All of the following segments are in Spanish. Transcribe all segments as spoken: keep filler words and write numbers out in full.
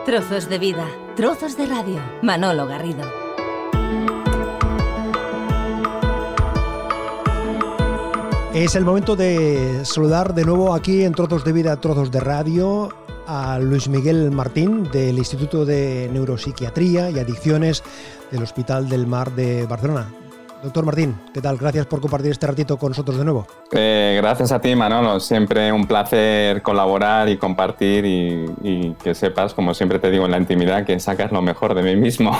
Trozos de vida, trozos de radio. Manolo Garrido. Es el momento de saludar de nuevo aquí en Trozos de Vida, Trozos de Radio a Luis Miguel Martín del Instituto de Neuropsiquiatría y Adicciones del Hospital del Mar de Barcelona. Doctor Martín, ¿qué tal? Gracias por compartir este ratito con nosotros de nuevo. Eh, gracias a ti, Manolo. Siempre un placer colaborar y compartir y, y que sepas, como siempre te digo en la intimidad, que sacas lo mejor de mí mismo.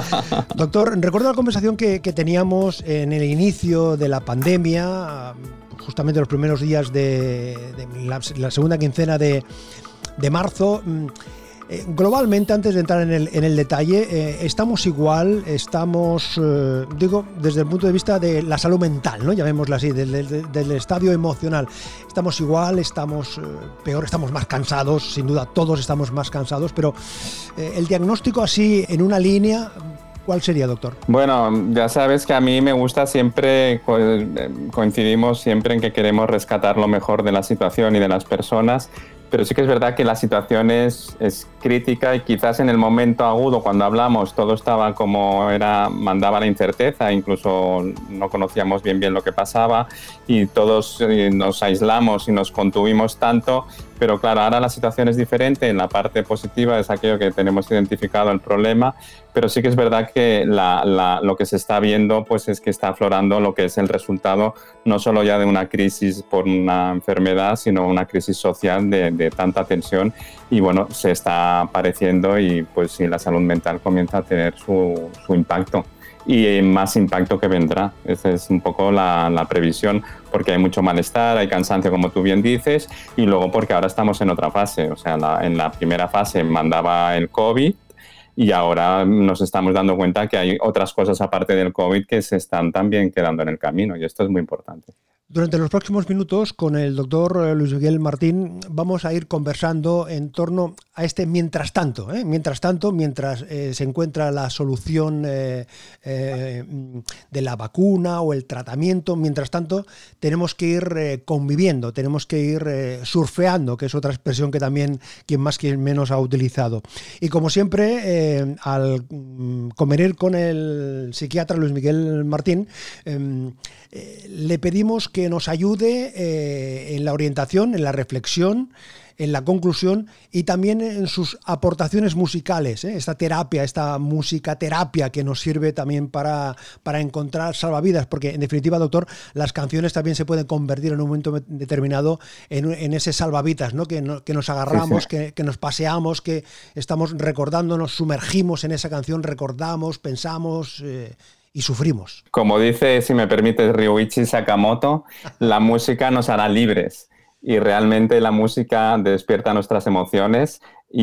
Doctor, recuerdo la conversación que, que teníamos en el inicio de la pandemia, justamente los primeros días de, de la, la segunda quincena de, de marzo. Eh, globalmente, antes de entrar en el, en el detalle, eh, estamos igual, estamos, eh, digo, desde el punto de vista de la salud mental, ¿no? Llamémosla así, del, del, del estadio emocional. Estamos igual, estamos eh, peor, estamos más cansados, sin duda todos estamos más cansados, pero eh, el diagnóstico así, en una línea, ¿cuál sería, doctor? Bueno, ya sabes que a mí me gusta siempre, coincidimos siempre en que queremos rescatar lo mejor de la situación y de las personas. Pero sí que es verdad que la situación es, es crítica y quizás en el momento agudo, cuando hablamos, todo estaba como era, mandaba la incerteza, incluso no conocíamos bien bien lo que pasaba y todos nos aislamos y nos contuvimos tanto. Pero claro, ahora la situación es diferente. En la parte positiva es aquello que tenemos identificado el problema, pero sí que es verdad que la, la, lo que se está viendo pues es que está aflorando lo que es el resultado no solo ya de una crisis por una enfermedad, sino una crisis social de, de tanta tensión y bueno, se está apareciendo y pues sí, la salud mental comienza a tener su, su impacto. Y más impacto que vendrá. Esa es un poco la, la previsión, porque hay mucho malestar, hay cansancio, como tú bien dices, y luego porque ahora estamos en otra fase. O sea, la, en la primera fase mandaba el COVID y ahora nos estamos dando cuenta que hay otras cosas aparte del COVID que se están también quedando en el camino, y esto es muy importante. Durante los próximos minutos, con el doctor Luis Miguel Martín, vamos a ir conversando en torno a este mientras tanto, ¿eh? mientras tanto, mientras eh, se encuentra la solución eh, eh, de la vacuna o el tratamiento, mientras tanto tenemos que ir eh, conviviendo, tenemos que ir eh, surfeando, que es otra expresión que también quien más quien menos ha utilizado. Y como siempre, eh, al mm, convenir con el psiquiatra Luis Miguel Martín, eh, eh, le pedimos que nos ayude eh, en la orientación, en la reflexión, en la conclusión y también en sus aportaciones musicales, ¿eh? Esta terapia, esta música terapia que nos sirve también para, para encontrar salvavidas, porque en definitiva, doctor, las canciones también se pueden convertir en un momento determinado en, en ese salvavidas, ¿no? Que, no, que nos agarramos, sí, sí. Que, que nos paseamos, que estamos recordando, nos sumergimos en esa canción, recordamos, pensamos... Eh, y sufrimos. Como dice, si me permites, Ryuichi Sakamoto, la música nos hará libres y realmente la música despierta nuestras emociones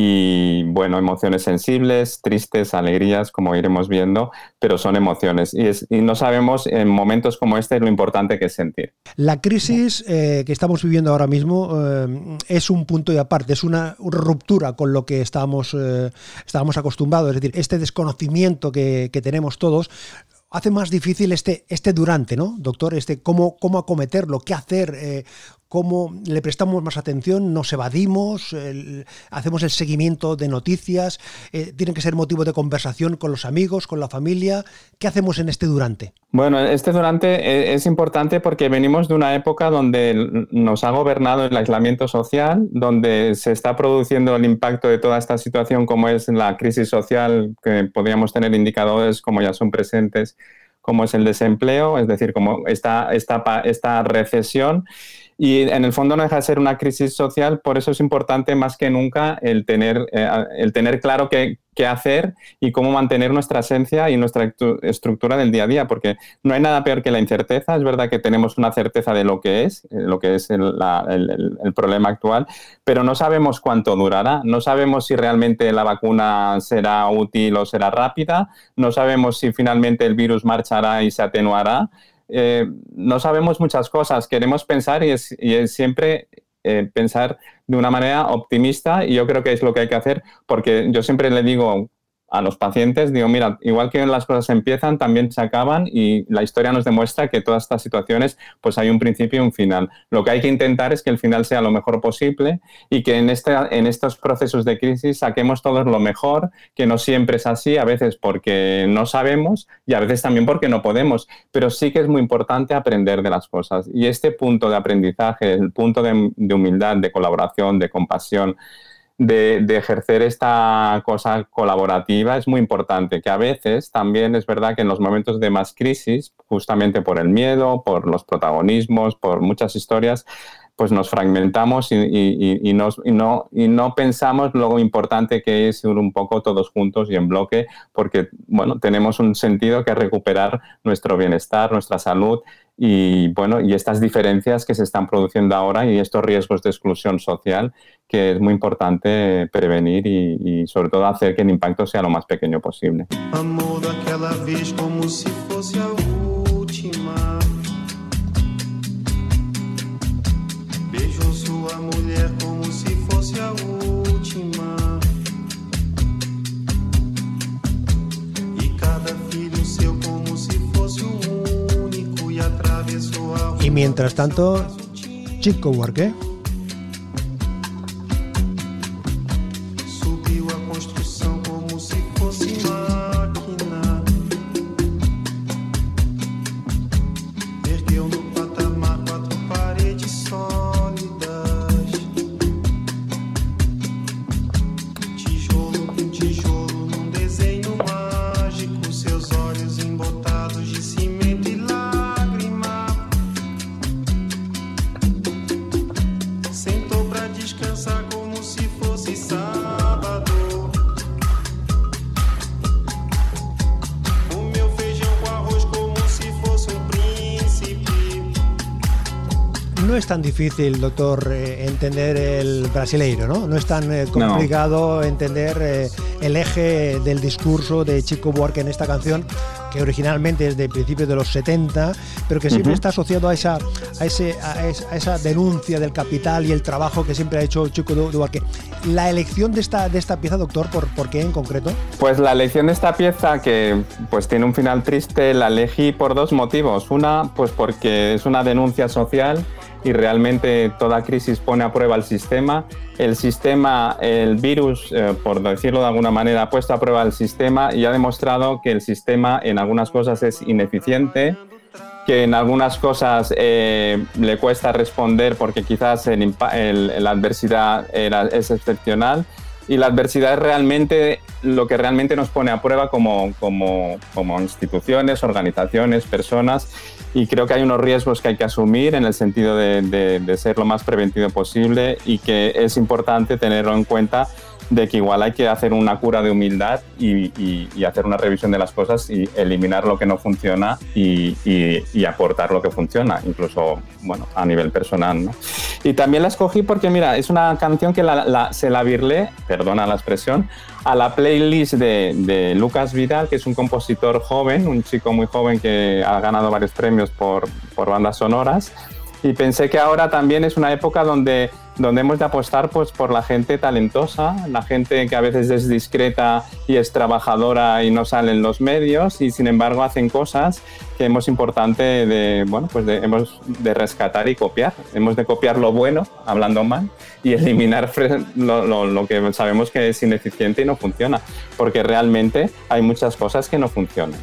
y, bueno, emociones sensibles, tristes, alegrías, como iremos viendo, pero son emociones y, es, y no sabemos en momentos como este lo importante que es sentir. La crisis eh, que estamos viviendo ahora mismo eh, es un punto y aparte, es una ruptura con lo que estábamos, eh, estábamos acostumbrados, es decir, este desconocimiento que, que tenemos todos hace más difícil este, este durante, ¿no, doctor? Este cómo, cómo acometerlo, qué hacer, eh, cómo le prestamos más atención, nos evadimos, el, hacemos el seguimiento de noticias, eh, tienen que ser motivo de conversación con los amigos, con la familia. ¿Qué hacemos en este durante? Bueno, este durante es importante porque venimos de una época donde nos ha gobernado el aislamiento social, donde se está produciendo el impacto de toda esta situación como es la crisis social, que podríamos tener indicadores como ya son presentes, como es el desempleo, es decir, como esta, esta, esta recesión. Y en el fondo no deja de ser una crisis social, por eso es importante más que nunca el tener, eh, el tener claro qué, qué hacer y cómo mantener nuestra esencia y nuestra estructura del día a día, porque no hay nada peor que la incerteza. Es verdad que tenemos una certeza de lo que es, lo que es el, la, el, el problema actual, pero no sabemos cuánto durará, no sabemos si realmente la vacuna será útil o será rápida, no sabemos si finalmente el virus marchará y se atenuará. Eh, no sabemos muchas cosas, queremos pensar y es, y es siempre eh, pensar de una manera optimista y yo creo que es lo que hay que hacer porque yo siempre le digo a los pacientes, digo, mira, igual que las cosas empiezan, también se acaban y la historia nos demuestra que todas estas situaciones pues hay un principio y un final. Lo que hay que intentar es que el final sea lo mejor posible y que en, este, en estos procesos de crisis saquemos todos lo mejor, que no siempre es así, a veces porque no sabemos y a veces también porque no podemos, pero sí que es muy importante aprender de las cosas. Y este punto de aprendizaje, el punto de, de humildad, de colaboración, de compasión, De, de ejercer esta cosa colaborativa es muy importante, que a veces también es verdad que en los momentos de más crisis, justamente por el miedo, por los protagonismos, por muchas historias, pues nos fragmentamos y, y, y, nos, y, no, y no pensamos lo importante que es ir un poco todos juntos y en bloque, porque bueno, tenemos un sentido que es recuperar nuestro bienestar, nuestra salud y, bueno, y estas diferencias que se están produciendo ahora y estos riesgos de exclusión social que es muy importante prevenir y, y sobre todo hacer que el impacto sea lo más pequeño posible. Amor daquela vez como si fosse a última. Beijou sua mulher como si fosse a última. E cada filho seu como si fosse o único e atravessou a rua. Y mientras tanto, Chick Coburn, ¿qué? Subiu a construção como se fosse máquina. Ergueu no patamar quatro paredes sólidas. Tijolo com tijolo num desenho mágico. Seus olhos embotados de cimento e lágrima. Sentou pra descansar como se fosse sábado. Comeu feijão com arroz como si fosse un príncipe. No es tan difícil, doctor, eh, entender el brasileiro, ¿no? No es tan eh, complicado no. entender eh, el eje del discurso de Chico Buarque en esta canción, que originalmente es de principios de los setenta, pero que siempre uh-huh. está asociado a esa, a, ese, a, esa, a esa denuncia del capital y el trabajo que siempre ha hecho Chico Buarque. La elección de esta, de esta pieza, doctor, ¿por, ¿por qué en concreto? Pues la elección de esta pieza, que pues tiene un final triste, la elegí por dos motivos. Una, pues porque es una denuncia social y realmente toda crisis pone a prueba el sistema. El sistema, el virus, eh, por decirlo de alguna manera, ha puesto a prueba el sistema y ha demostrado que el sistema en algunas cosas es ineficiente, que en algunas cosas eh, le cuesta responder porque quizás el, el, la adversidad era, es excepcional. Y la adversidad es realmente lo que realmente nos pone a prueba como, como, como instituciones, organizaciones, personas, y creo que hay unos riesgos que hay que asumir en el sentido de, de, de ser lo más preventivo posible y que es importante tenerlo en cuenta de que igual hay que hacer una cura de humildad y, y, y hacer una revisión de las cosas y eliminar lo que no funciona y, y, y aportar lo que funciona, incluso bueno, a nivel personal, ¿no? Y también la escogí porque, mira, es una canción que la, la, se la virlé, perdona la expresión, a la playlist de, de Lucas Vidal, que es un compositor joven, un chico muy joven que ha ganado varios premios por, por bandas sonoras. Y pensé que ahora también es una época donde, donde hemos de apostar pues, por la gente talentosa, la gente que a veces es discreta y es trabajadora y no sale en los medios y sin embargo hacen cosas que hemos importante de, bueno, pues de, hemos de rescatar y copiar. Hemos de copiar lo bueno, hablando mal, y eliminar lo, lo, lo que sabemos que es ineficiente y no funciona, porque realmente hay muchas cosas que no funcionan.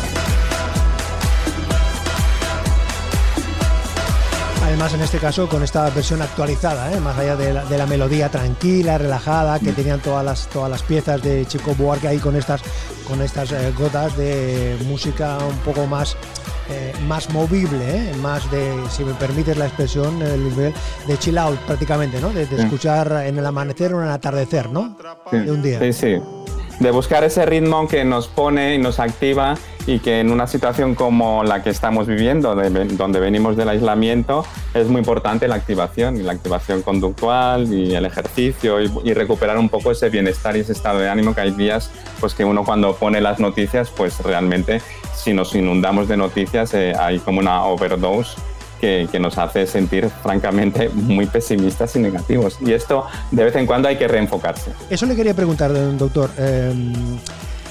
Además, en este caso, con esta versión actualizada, ¿eh? más allá de la, de la melodía tranquila, relajada, que tenían todas las, todas las piezas de Chico Buarque ahí con estas, con estas eh, gotas de música un poco más, eh, más movible, ¿eh? más de, si me permites la expresión, el de chill out prácticamente, ¿no? De, de escuchar en el amanecer o en el atardecer, ¿no? Sí. De un día. Sí, sí. De buscar ese ritmo que nos pone y nos activa y que en una situación como la que estamos viviendo, de, donde venimos del aislamiento, es muy importante la activación y la activación conductual y el ejercicio y, y recuperar un poco ese bienestar y ese estado de ánimo que hay días pues que uno cuando pone las noticias, pues realmente si nos inundamos de noticias eh, hay como una overdose que, que nos hace sentir francamente muy pesimistas y negativos. Y esto de vez en cuando hay que reenfocarse. Eso le quería preguntar, doctor. Eh,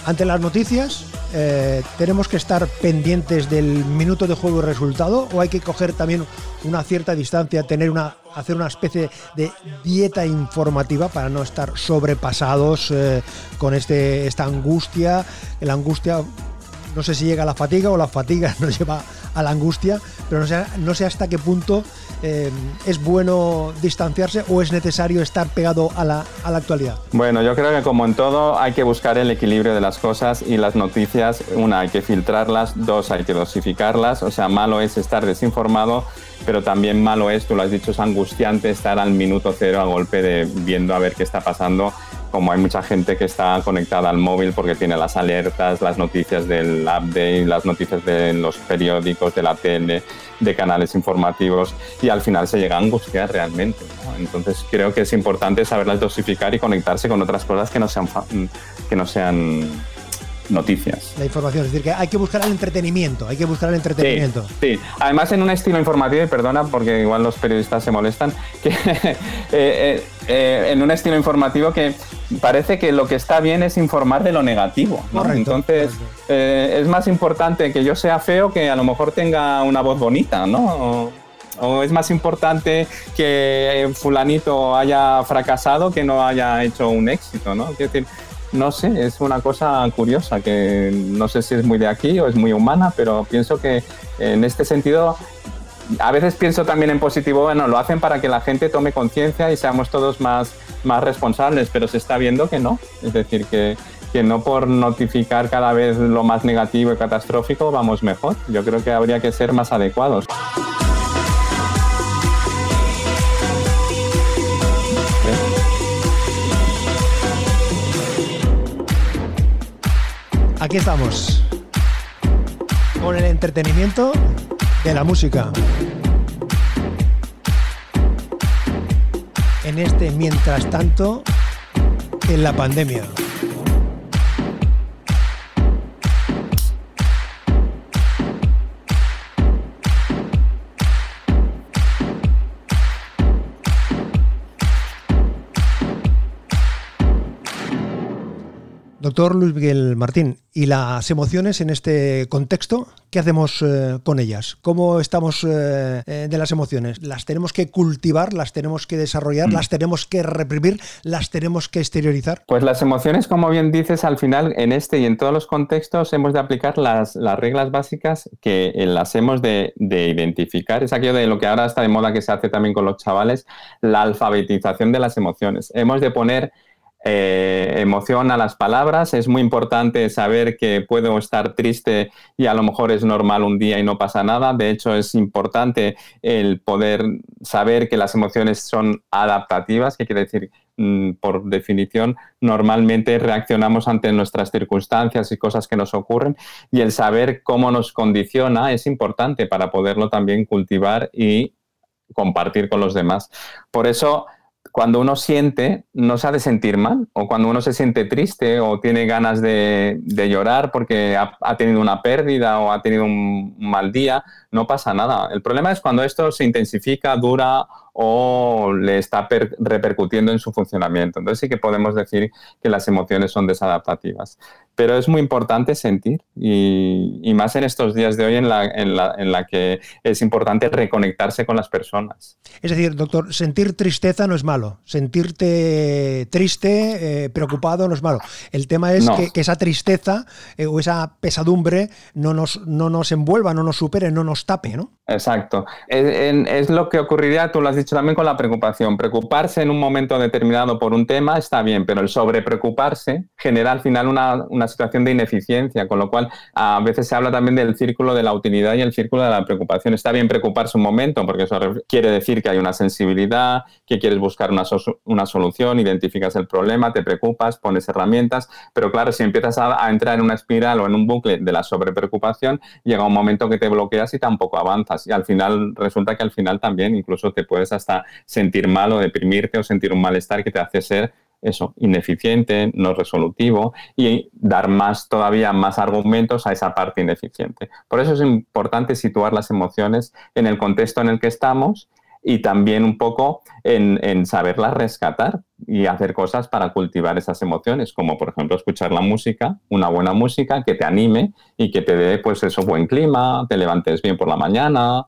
ante las noticias, eh, ¿tenemos que estar pendientes del minuto de juego y resultado o hay que coger también una cierta distancia, tener una, hacer una especie de dieta informativa para no estar sobrepasados eh, con este, esta angustia? La angustia, no sé si llega a la fatiga o la fatiga nos lleva a la angustia, pero no sé, no sé hasta qué punto eh, es bueno distanciarse o es necesario estar pegado a la, a la actualidad. Bueno, yo creo que como en todo hay que buscar el equilibrio de las cosas y las noticias, una, hay que filtrarlas, dos, hay que dosificarlas, o sea, malo es estar desinformado, pero también malo es, tú lo has dicho, es angustiante estar al minuto cero a golpe de viendo a ver qué está pasando, como hay mucha gente que está conectada al móvil porque tiene las alertas, las noticias del update, las noticias de los periódicos, de la tele, de canales informativos, y al final se llega a angustiar realmente, ¿no? Entonces creo que es importante saberlas dosificar y conectarse con otras cosas que no sean, que no sean noticias. La información, es decir, que hay que buscar el entretenimiento, hay que buscar el entretenimiento. Sí, sí. Además en un estilo informativo, y perdona porque igual los periodistas se molestan, que eh, eh, eh, en un estilo informativo que parece que lo que está bien es informar de lo negativo, ¿no? Correcto, entonces correcto. Eh, es más importante que yo sea feo que a lo mejor tenga una voz bonita, ¿no? O, o es más importante que fulanito haya fracasado que no haya hecho un éxito, ¿no? Quiero decir, no sé, es una cosa curiosa que no sé si es muy de aquí o es muy humana, pero pienso que en este sentido, a veces pienso también en positivo, bueno, lo hacen para que la gente tome conciencia y seamos todos más, más responsables, pero se está viendo que no, es decir, que, que no por notificar cada vez lo más negativo y catastrófico vamos mejor. Yo creo que habría que ser más adecuados. Aquí estamos, con el entretenimiento de la música. En este mientras tanto, en la pandemia. Doctor Luis Miguel Martín, ¿y las emociones en este contexto? ¿Qué hacemos eh, con ellas? ¿Cómo estamos eh, eh, de las emociones? ¿Las tenemos que cultivar? ¿Las tenemos que desarrollar? Mm. ¿Las tenemos que reprimir? ¿Las tenemos que exteriorizar? Pues las emociones, como bien dices, al final en este y en todos los contextos hemos de aplicar las, las reglas básicas que eh, las hemos de, de identificar. Es aquello de lo que ahora está de moda que se hace también con los chavales, la alfabetización de las emociones. Hemos de poner Eh, emoción a las palabras. Es muy importante saber que puedo estar triste y a lo mejor es normal un día y no pasa nada. De hecho, es importante el poder saber que las emociones son adaptativas, que quiere decir, mm, por definición, normalmente reaccionamos ante nuestras circunstancias y cosas que nos ocurren, y el saber cómo nos condiciona es importante para poderlo también cultivar y compartir con los demás. Por eso, cuando uno siente, no se ha de sentir mal, o cuando uno se siente triste o tiene ganas de, de llorar porque ha, ha tenido una pérdida o ha tenido un mal día, no pasa nada. El problema es cuando esto se intensifica, dura o le está per- repercutiendo en su funcionamiento. Entonces sí que podemos decir que las emociones son desadaptativas. Pero es muy importante sentir, y, y más en estos días de hoy en la, en, la, en la que es importante reconectarse con las personas. Es decir, doctor, sentir tristeza no es malo. Sentirte triste, eh, preocupado, no es malo. El tema es no. que, que esa tristeza eh, o esa pesadumbre no nos, no nos envuelva, no nos supere, no nos tape, ¿no? Exacto. Es, es lo que ocurriría, tú lo has dicho también, con la preocupación. Preocuparse en un momento determinado por un tema está bien, pero el sobrepreocuparse genera al final una, una situación de ineficiencia, con lo cual a veces se habla también del círculo de la utilidad y el círculo de la preocupación. Está bien preocuparse un momento, porque eso quiere decir que hay una sensibilidad, que quieres buscar una, so- una solución, identificas el problema, te preocupas, pones herramientas, pero claro, si empiezas a, a entrar en una espiral o en un bucle de la sobrepreocupación, llega un momento que te bloqueas y tampoco avanzas. Y al final resulta que al final también incluso te puedes hasta sentir mal o deprimirte o sentir un malestar que te hace ser eso, ineficiente, no resolutivo, y dar más todavía más argumentos a esa parte ineficiente. Por eso es importante situar las emociones en el contexto en el que estamos, y también un poco en, en saberlas rescatar y hacer cosas para cultivar esas emociones, como por ejemplo escuchar la música, una buena música que te anime y que te dé pues eso, buen clima, te levantes bien por la mañana.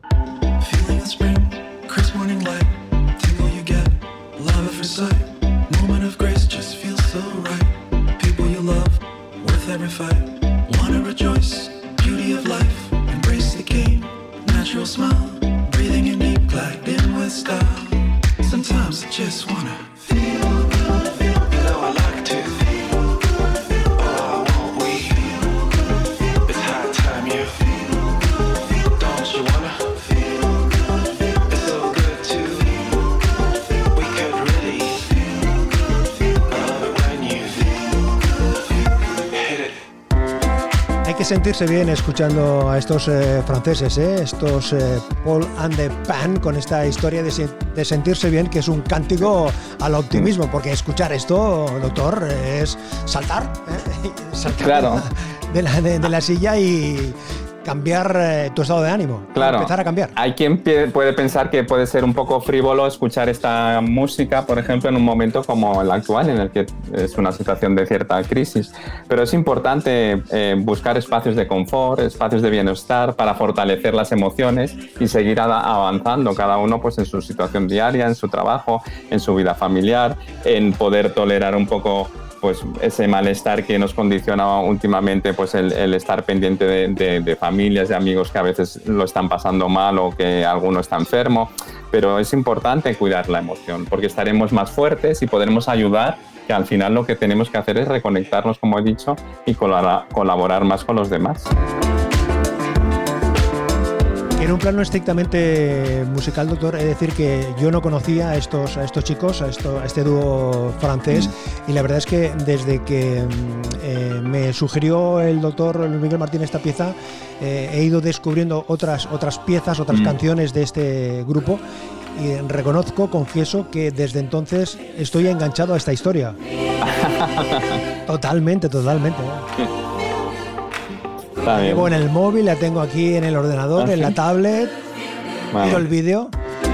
Sometimes I just wanna feel good, feel good. You know I like to feel good, feel good. Oh, won't we feel good, feel good. It's high time you feel good, feel good. Don't you wanna feel good, feel good. It's so good to feel good, feel good. We could really feel good, feel good. I love it when you feel good, feel good. Hit it. Hay que sentirse bien escuchando a estos eh, franceses, ¿eh? estos eh, Paul and the Pan, con esta historia de, de sentirse bien, que es un cántico al optimismo, porque escuchar esto, doctor, es saltar, ¿eh? saltar claro. de, la, de, de la silla y cambiar eh, tu estado de ánimo, claro. empezar a cambiar. Hay quien puede pensar que puede ser un poco frívolo escuchar esta música, por ejemplo, en un momento como el actual, en el que es una situación de cierta crisis. Pero es importante eh, buscar espacios de confort, espacios de bienestar para fortalecer las emociones y seguir avanzando, cada uno pues, en su situación diaria, en su trabajo, en su vida familiar, en poder tolerar un poco pues ese malestar que nos condiciona últimamente, pues el, el estar pendiente de, de, de familias, de amigos que a veces lo están pasando mal o que alguno está enfermo, pero es importante cuidar la emoción porque estaremos más fuertes y podremos ayudar, que al final lo que tenemos que hacer es reconectarnos, como he dicho, y colaborar más con los demás. En un plano estrictamente musical, doctor, es decir que yo no conocía a estos, a estos chicos, a, esto, a este dúo francés, mm. y la verdad es que desde que eh, me sugirió el doctor Luis Miguel Martín esta pieza, eh, he ido descubriendo otras, otras piezas, otras mm. canciones de este grupo, y reconozco, confieso, que desde entonces estoy enganchado a esta historia. Totalmente, totalmente. ¿eh? La llevo en el móvil, la tengo aquí en el ordenador, ¿Ah, en sí? la tablet, vale. Miro el vídeo.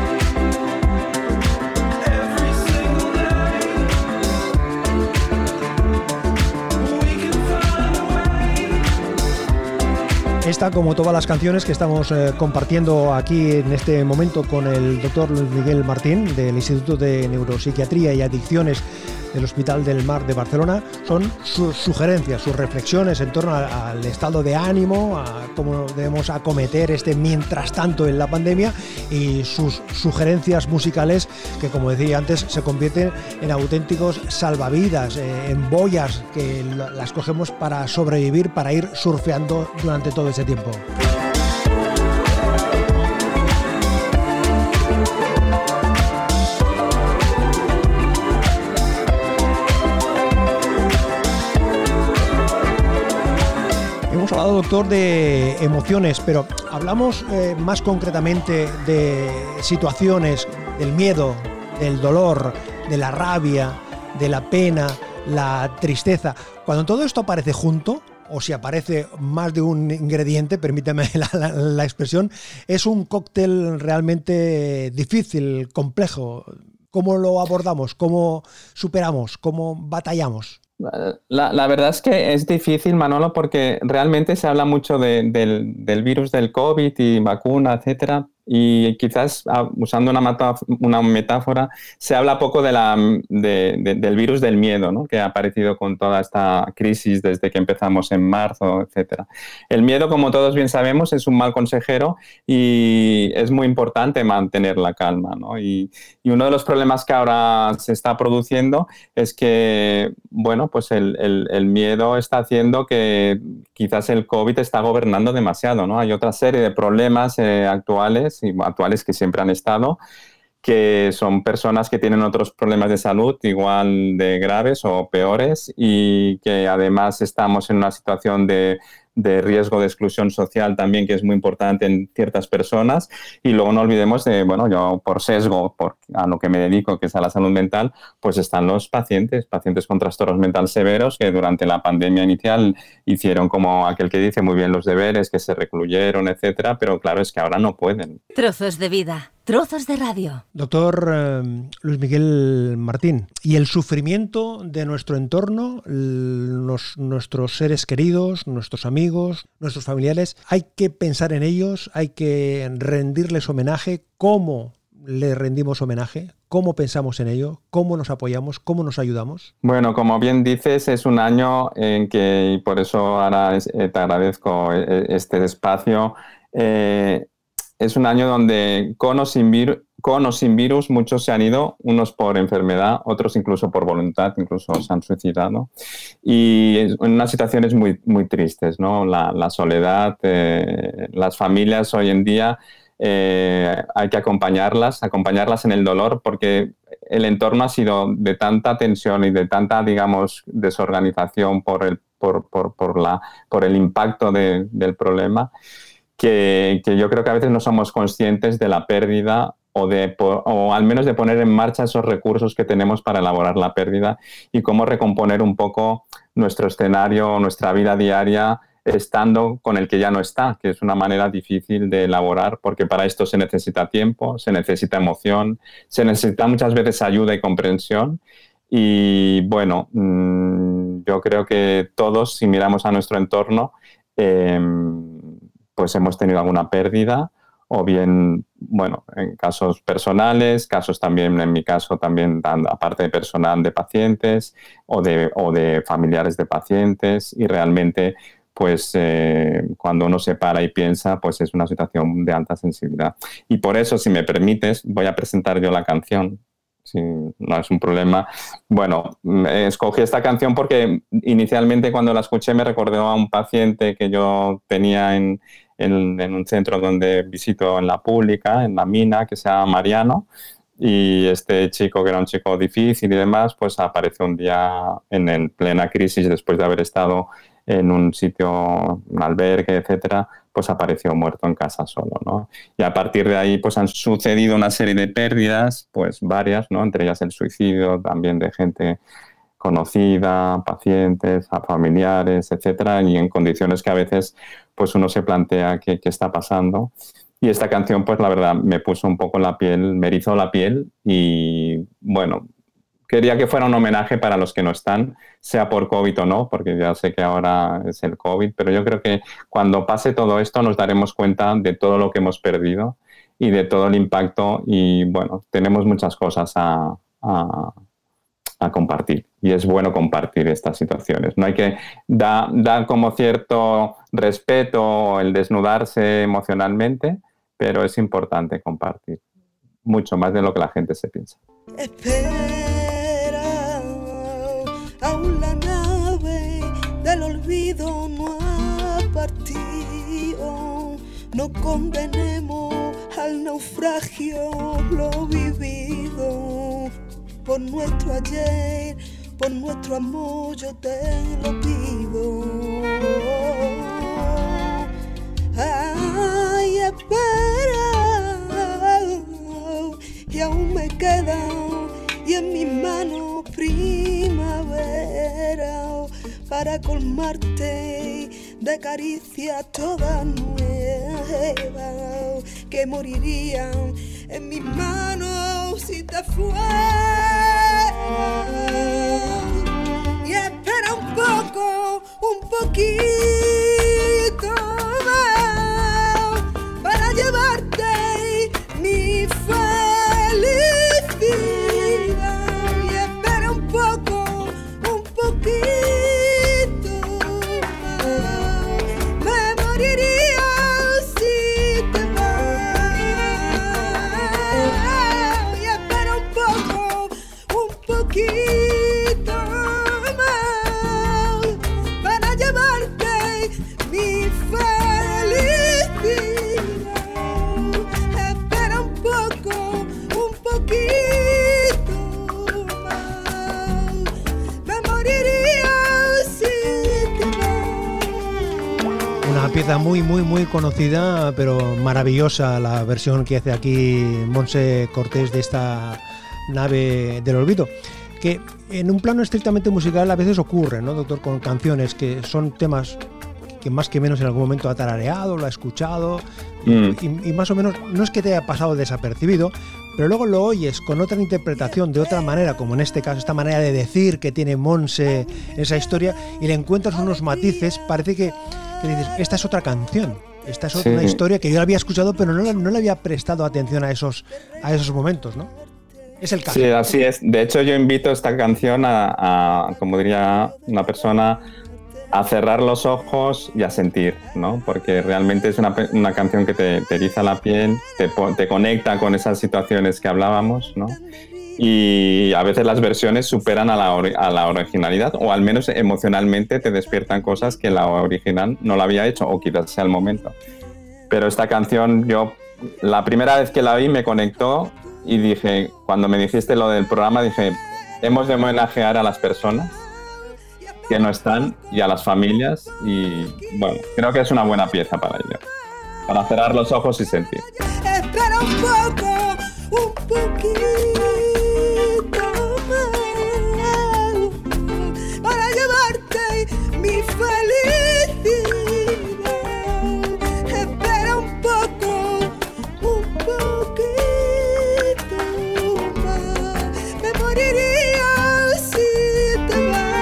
Esta, como todas las canciones que estamos eh, compartiendo aquí en este momento con el doctor Luis Miguel Martín del Instituto de Neuropsiquiatría y Adicciones del Hospital del Mar de Barcelona, son sus sugerencias, sus reflexiones en torno a, al estado de ánimo, a cómo debemos acometer este mientras tanto en la pandemia, y sus sugerencias musicales que, como decía antes, se convierten en auténticos salvavidas, eh, en boyas que las cogemos para sobrevivir, para ir surfeando durante todo ese tiempo. Hemos hablado, doctor, de emociones, pero hablamos eh, más concretamente de situaciones, del miedo, del dolor, de la rabia, de la pena, la tristeza. Cuando todo esto aparece junto, o si aparece más de un ingrediente, permíteme la, la, la expresión, es un cóctel realmente difícil, complejo. ¿Cómo lo abordamos? ¿Cómo superamos? ¿Cómo batallamos? La, la verdad es que es difícil, Manolo, porque realmente se habla mucho de, del, del virus del COVID y vacuna, etcétera, y quizás usando una, una metáfora, se habla poco de la, de, de, del virus del miedo, ¿no? Que ha aparecido con toda esta crisis desde que empezamos en marzo, etcétera. El miedo, como todos bien sabemos, es un mal consejero y es muy importante mantener la calma, ¿no? Y, y uno de los problemas que ahora se está produciendo es que, bueno, pues el, el, el miedo está haciendo que quizás el COVID está gobernando demasiado, ¿no? Hay otra serie de problemas eh, actuales actuales que siempre han estado, que son personas que tienen otros problemas de salud igual de graves o peores y que además estamos en una situación de, de riesgo de exclusión social también, que es muy importante en ciertas personas. Y luego no olvidemos de, bueno, yo por sesgo, por, a lo que me dedico, que es a la salud mental, pues están los pacientes, pacientes con trastornos mentales severos que durante la pandemia inicial hicieron como aquel que dice muy bien los deberes, que se recluyeron, etcétera, pero claro, es que ahora no pueden. Trozos de vida. Trozos de radio. Doctor eh, Luis Miguel Martín, ¿y el sufrimiento de nuestro entorno, los, nuestros seres queridos, nuestros amigos, nuestros familiares, hay que pensar en ellos, hay que rendirles homenaje? ¿Cómo le rendimos homenaje? ¿Cómo pensamos en ello? ¿Cómo nos apoyamos? ¿Cómo nos ayudamos? Bueno, como bien dices, es un año en que, y por eso ahora es, eh, te agradezco este espacio, eh, es un año donde con o, sin vir- con o sin virus muchos se han ido, unos por enfermedad, otros incluso por voluntad, incluso se han suicidado. Y en unas situaciones muy, muy tristes, ¿no? La, la soledad, eh, las familias hoy en día eh, hay que acompañarlas, acompañarlas en el dolor, porque el entorno ha sido de tanta tensión y de tanta, digamos, desorganización por el, por, por, por la, por el impacto de, del problema, Que, que yo creo que a veces no somos conscientes de la pérdida o, de, o al menos de poner en marcha esos recursos que tenemos para elaborar la pérdida y cómo recomponer un poco nuestro escenario, nuestra vida diaria, estando con el que ya no está, que es una manera difícil de elaborar, porque para esto se necesita tiempo, se necesita emoción, se necesita muchas veces ayuda y comprensión. Y bueno, yo creo que todos, si miramos a nuestro entorno, eh, pues hemos tenido alguna pérdida, o bien, bueno, en casos personales, casos también, en mi caso también, aparte de personal de pacientes o de, o de familiares de pacientes, y realmente, pues eh, cuando uno se para y piensa, pues es una situación de alta sensibilidad. Y por eso, si me permites, voy a presentar yo la canción. Si no es un problema. Bueno, escogí esta canción porque inicialmente cuando la escuché me recordó a un paciente que yo tenía en, en, en un centro donde visito en la pública, en la Mina, que se llama Mariano, y este chico, que era un chico difícil y demás, pues apareció un día en, en plena crisis después de haber estado en un sitio, un albergue, etcétera, pues apareció muerto en casa solo, ¿no? Y a partir de ahí pues han sucedido una serie de pérdidas, pues varias, ¿no? Entre ellas el suicidio también de gente conocida, pacientes, familiares, etcétera, y en condiciones que a veces pues uno se plantea qué, qué está pasando. Y esta canción, pues la verdad, me puso un poco la piel, me erizó la piel y, bueno, quería que fuera un homenaje para los que no están, sea por COVID o no, porque ya sé que ahora es el COVID, pero yo creo que cuando pase todo esto nos daremos cuenta de todo lo que hemos perdido y de todo el impacto y, bueno, tenemos muchas cosas a, a, a compartir y es bueno compartir estas situaciones. No hay que dar da como cierto respeto el desnudarse emocionalmente, pero es importante compartir mucho más de lo que la gente se piensa. Espera, aún la nave del olvido no ha partido. No condenemos al naufragio lo vivido. Por nuestro ayer, por nuestro amor yo te lo pido. Ay, espera, y aún me queda y en mis manos primavera para colmarte de caricias todas nuevas que morirían en mis manos si te fueras. Y espera un poco, un poquito más para llevarte mi felicidad. Y espera un poco, un poquito más. Me moriría si te vas. Y espera un poco, un poquito más para llevarte mi felicidad. Espera un poco, un poquito más. Me moriría si te vas. Una pieza muy, muy, muy conocida, pero maravillosa la versión que hace aquí Montse Cortés de esta Nave del Olvido. Que en un plano estrictamente musical a veces ocurre, ¿no, doctor? Con canciones que son temas que más que menos en algún momento ha tarareado, lo ha escuchado, Mm. y, y más o menos no es que te haya pasado desapercibido, pero luego lo oyes con otra interpretación, de otra manera, como en este caso, esta manera de decir que tiene Montse en esa historia, y le encuentras unos matices, parece que, que dices, esta es otra canción, esta es otra Sí. historia que yo la había escuchado, pero no, la- no le había prestado atención a esos, a esos momentos, ¿no? Es el caso. Sí, así es. De hecho, yo invito esta canción a, a, como diría una persona, a cerrar los ojos y a sentir, ¿no? Porque realmente es una, pe- una canción que te, te eriza la piel, te, po- te conecta con esas situaciones que hablábamos, ¿no? Y a veces las versiones superan a la, ori- a la originalidad, o al menos emocionalmente te despiertan cosas que la original no la había hecho, o quizás sea el momento. Pero esta canción, yo la primera vez que la vi me conectó y dije, cuando me dijiste lo del programa, dije, hemos de homenajear a las personas que no están y a las familias, y bueno, creo que es una buena pieza para ello, para cerrar los ojos y sentir. Espera un poco, un poquito más para llevarte mi felicidad. Espera un poco, un poquito más. Me moriría si te vas.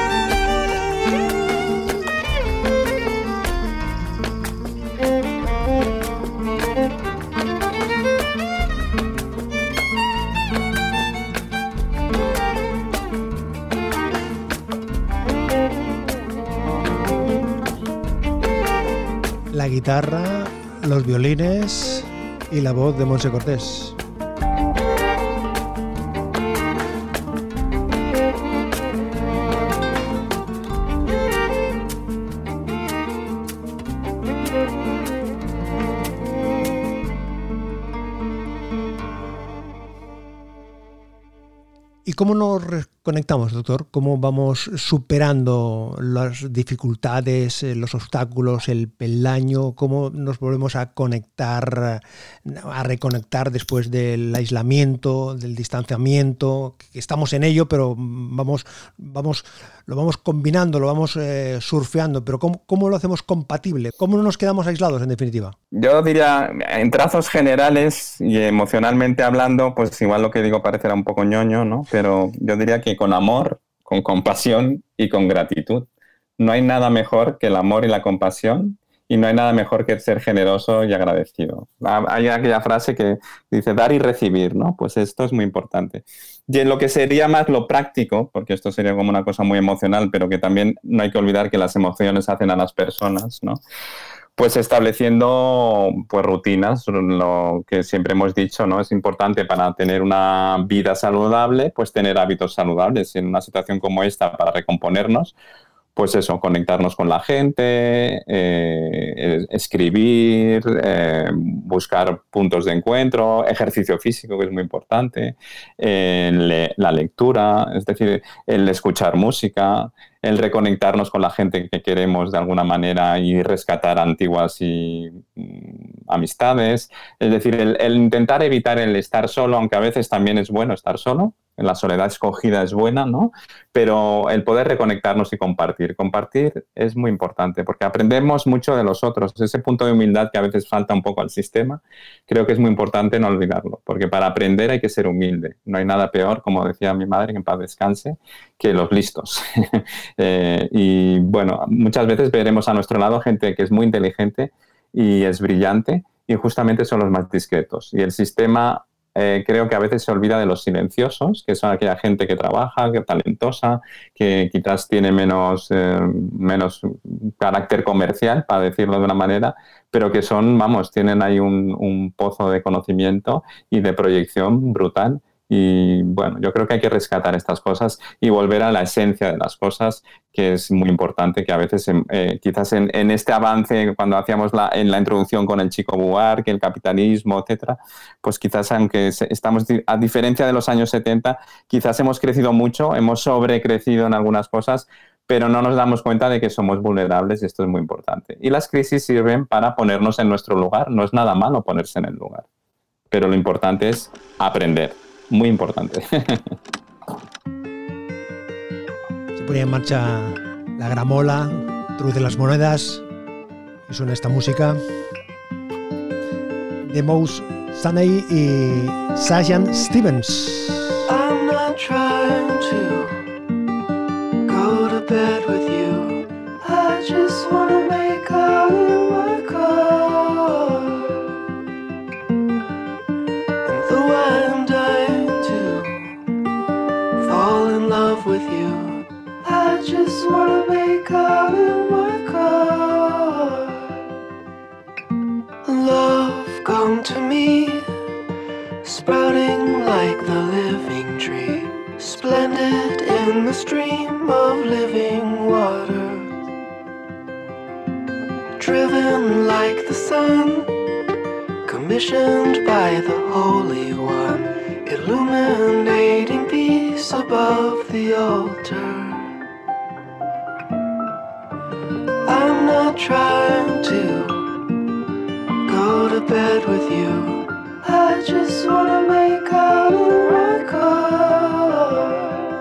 La guitarra, los violines y la voz de Montse Cortés. ¿Y cómo nos reconectamos, doctor? ¿Cómo vamos superando las dificultades, eh, los obstáculos, el peldaño? ¿Cómo nos volvemos a conectar, a reconectar después del aislamiento, del distanciamiento? Que estamos en ello, pero vamos, vamos, lo vamos combinando, lo vamos eh, surfeando. Pero ¿cómo, ¿cómo lo hacemos compatible? ¿Cómo no nos quedamos aislados, en definitiva? Yo diría, en trazos generales y emocionalmente hablando, pues igual lo que digo parecerá un poco ñoño, ¿no? Pero yo diría que con amor, con compasión y con gratitud. No hay nada mejor que el amor y la compasión, y no hay nada mejor que ser generoso y agradecido. Hay aquella frase que dice dar y recibir, ¿no? Pues esto es muy importante. Y en lo que sería más lo práctico, porque esto sería como una cosa muy emocional, pero que también no hay que olvidar que las emociones hacen a las personas, ¿no? Pues estableciendo pues rutinas, lo que siempre hemos dicho, ¿no? Es importante para tener una vida saludable, pues tener hábitos saludables. En una situación como esta, para recomponernos, pues eso, conectarnos con la gente, eh, escribir, eh, buscar puntos de encuentro, ejercicio físico, que es muy importante, eh, le, la lectura, es decir, el escuchar música, el reconectarnos con la gente que queremos de alguna manera y rescatar antiguas y, mm, amistades. Es decir, el, el intentar evitar el estar solo, aunque a veces también es bueno estar solo. La soledad escogida es buena, ¿no? Pero el poder reconectarnos y compartir. Compartir es muy importante porque aprendemos mucho de los otros. Ese punto de humildad que a veces falta un poco al sistema, creo que es muy importante no olvidarlo, porque para aprender hay que ser humilde. No hay nada peor, como decía mi madre, que en paz descanse, que los listos. eh, y bueno, muchas veces veremos a nuestro lado gente que es muy inteligente y es brillante, y justamente son los más discretos. Y el sistema... Eh, creo que a veces se olvida de los silenciosos, que son aquella gente que trabaja, que es talentosa, que quizás tiene menos, eh, menos carácter comercial, para decirlo de una manera, pero que son, vamos, tienen ahí un, un pozo de conocimiento y de proyección brutal. Y bueno, yo creo que hay que rescatar estas cosas y volver a la esencia de las cosas, que es muy importante, que a veces eh, quizás en, en este avance, cuando hacíamos la, en la introducción con el Chico Buarque, el capitalismo, etcétera, pues quizás aunque estamos, a diferencia de los años setenta, quizás hemos crecido mucho, hemos sobrecrecido en algunas cosas, pero no nos damos cuenta de que somos vulnerables, y esto es muy importante. Y las crisis sirven para ponernos en nuestro lugar. No es nada malo ponerse en el lugar, pero lo importante es aprender. Muy importante. Se ponía en marcha la gramola, Truz de las Monedas, Y suena esta música de Mose Saney y Sufjan Stevens. I'm not trying to go to bed with you. I just wanna make out in my car. And though I'm dying to fall in love with you, I just wanna make out in my car. Love, come to me, sprouting like the living tree, splendid in the stream of living water, driven like the sun, commissioned by the Holy One, illuminating peace above the altar. I'm not trying to go to bed with you, I just wanna make out in my car.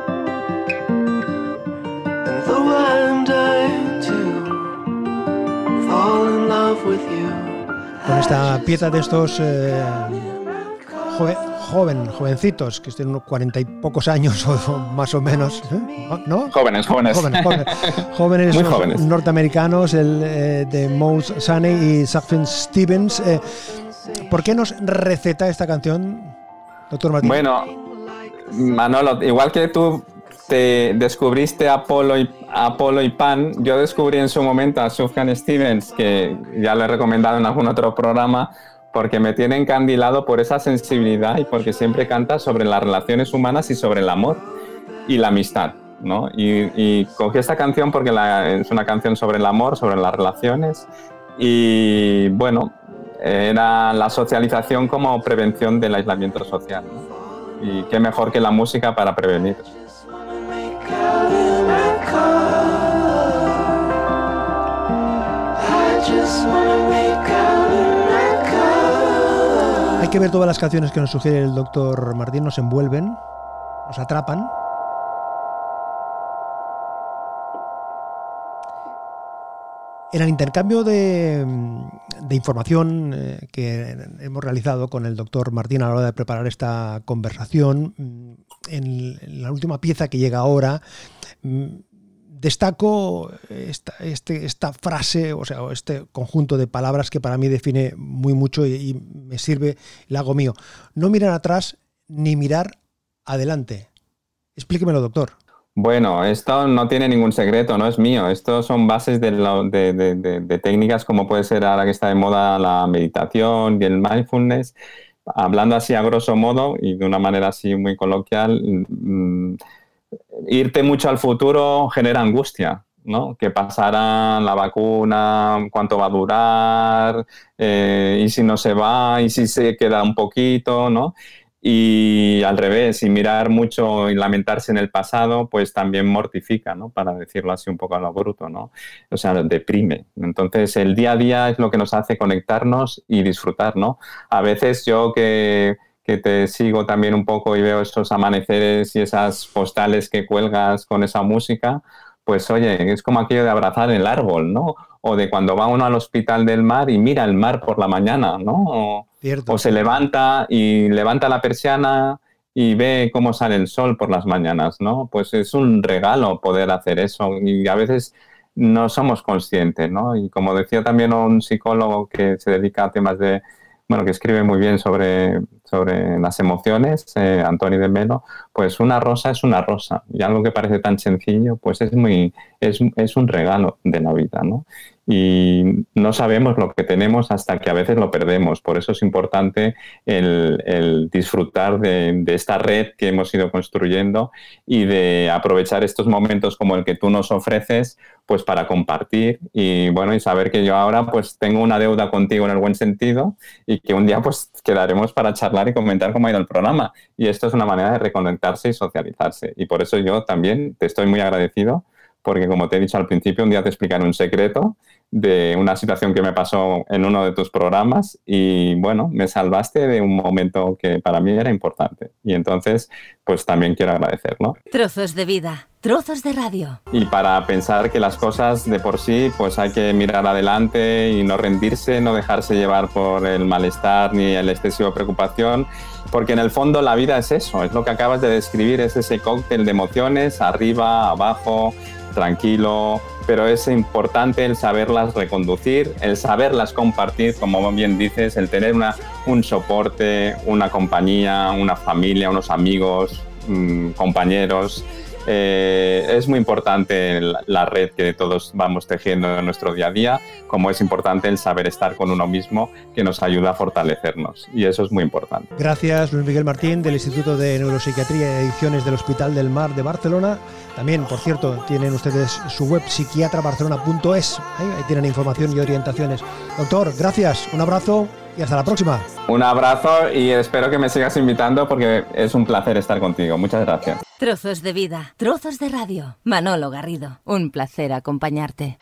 And though I'm dying to fall in love with you, Con esta pieza de estos eh, jove- joven, jovencitos, que estén unos cuarenta y pocos años o más o menos, ¿eh? ¿No? Jóvenes, jóvenes. Jóvenes, jóvenes, jóvenes, Muy nor- jóvenes. norteamericanos, el eh, de Mose Saney y Sufjan Stevens. Eh, ¿Por qué nos receta esta canción, doctor Martín? Bueno, Manolo, igual que tú te descubriste Apolo y, Apolo y Pan, yo descubrí en su momento a Sufjan Stevens, que ya lo he recomendado en algún otro programa, porque me tiene encandilado por esa sensibilidad y porque siempre canta sobre las relaciones humanas y sobre el amor y la amistad, ¿no? Y, y cogí esta canción porque la, es una canción sobre el amor, sobre las relaciones y, bueno, era la socialización como prevención del aislamiento social, ¿no? Y qué mejor que la música para prevenir. make out in my car. I just wanna make out in my car. Hay que ver todas las canciones que nos sugiere el doctor Martín, nos envuelven, nos atrapan. En el intercambio de, de información eh, que hemos realizado con el doctor Martín a la hora de preparar esta conversación, en, en la última pieza que llega ahora, destaco esta, este, esta frase, o sea, este conjunto de palabras que para mí define muy mucho y, y me sirve, la hago mío. No mirar atrás ni mirar adelante. Explíquemelo, doctor. Bueno, esto no tiene ningún secreto, no es mío. Esto son bases de, lo, de, de, de, de técnicas como puede ser ahora que está de moda la meditación y el mindfulness. Hablando así a grosso modo y de una manera así muy coloquial, mmm, irte mucho al futuro genera angustia, ¿no? Que pasará la vacuna, cuánto va a durar, eh, y si no se va, y si se queda un poquito, ¿no? Y al revés, y mirar mucho y lamentarse en el pasado, pues también mortifica, ¿no? Para decirlo así un poco a lo bruto, ¿no? O sea, deprime. Entonces, el día a día es lo que nos hace conectarnos y disfrutar, ¿no? A veces yo que, que te sigo también un poco y veo esos amaneceres y esas postales que cuelgas con esa música, pues oye, es como aquello de abrazar el árbol, ¿no? O de cuando va uno al hospital del mar y mira el mar por la mañana, ¿no? O, Cierto. o se levanta y levanta la persiana y ve cómo sale el sol por las mañanas, ¿no? Pues es un regalo poder hacer eso y a veces no somos conscientes, ¿no? Y como decía también un psicólogo que se dedica a temas de, bueno, que escribe muy bien sobre, sobre las emociones, eh, Antoni de Melo, pues una rosa es una rosa y algo que parece tan sencillo, pues es muy es, es un regalo de la vida, ¿no? Y no sabemos lo que tenemos hasta que a veces lo perdemos. Por eso es importante el, el disfrutar de, de esta red que hemos ido construyendo y de aprovechar estos momentos como el que tú nos ofreces, pues para compartir y bueno, y saber que yo ahora pues tengo una deuda contigo en el buen sentido y que un día pues quedaremos para charlar y comentar cómo ha ido el programa. Y esto es una manera de reconectarse y socializarse. Y por eso yo también te estoy muy agradecido, porque como te he dicho al principio, un día te explicaré un secreto de una situación que me pasó en uno de tus programas y bueno, me salvaste de un momento que para mí era importante. Y entonces, pues también quiero agradecerlo. Trozos de vida. Trozos de radio. Y para pensar que las cosas de por sí, pues hay que mirar adelante y no rendirse, no dejarse llevar por el malestar ni el exceso de preocupación, porque en el fondo la vida es eso, es lo que acabas de describir, es ese cóctel de emociones, arriba, abajo, tranquilo, pero es importante el saberlas reconducir, el saberlas compartir, como bien dices, el tener una, un soporte, una compañía, una familia, unos amigos, mmm, compañeros. Eh, es muy importante la, la red que todos vamos tejiendo en nuestro día a día, como es importante el saber estar con uno mismo, que nos ayuda a fortalecernos, y eso es muy importante. Gracias, Luis Miguel Martín, del Instituto de Neuropsiquiatría y Adicciones del Hospital del Mar de Barcelona. También, por cierto, tienen ustedes su web psiquiatra barcelona punto es, ahí, ahí tienen información y orientaciones. Doctor, gracias, un abrazo y hasta la próxima. Un abrazo y espero que me sigas invitando porque es un placer estar contigo. Muchas gracias. Trozos de vida, trozos de radio. Manolo Garrido, un placer acompañarte.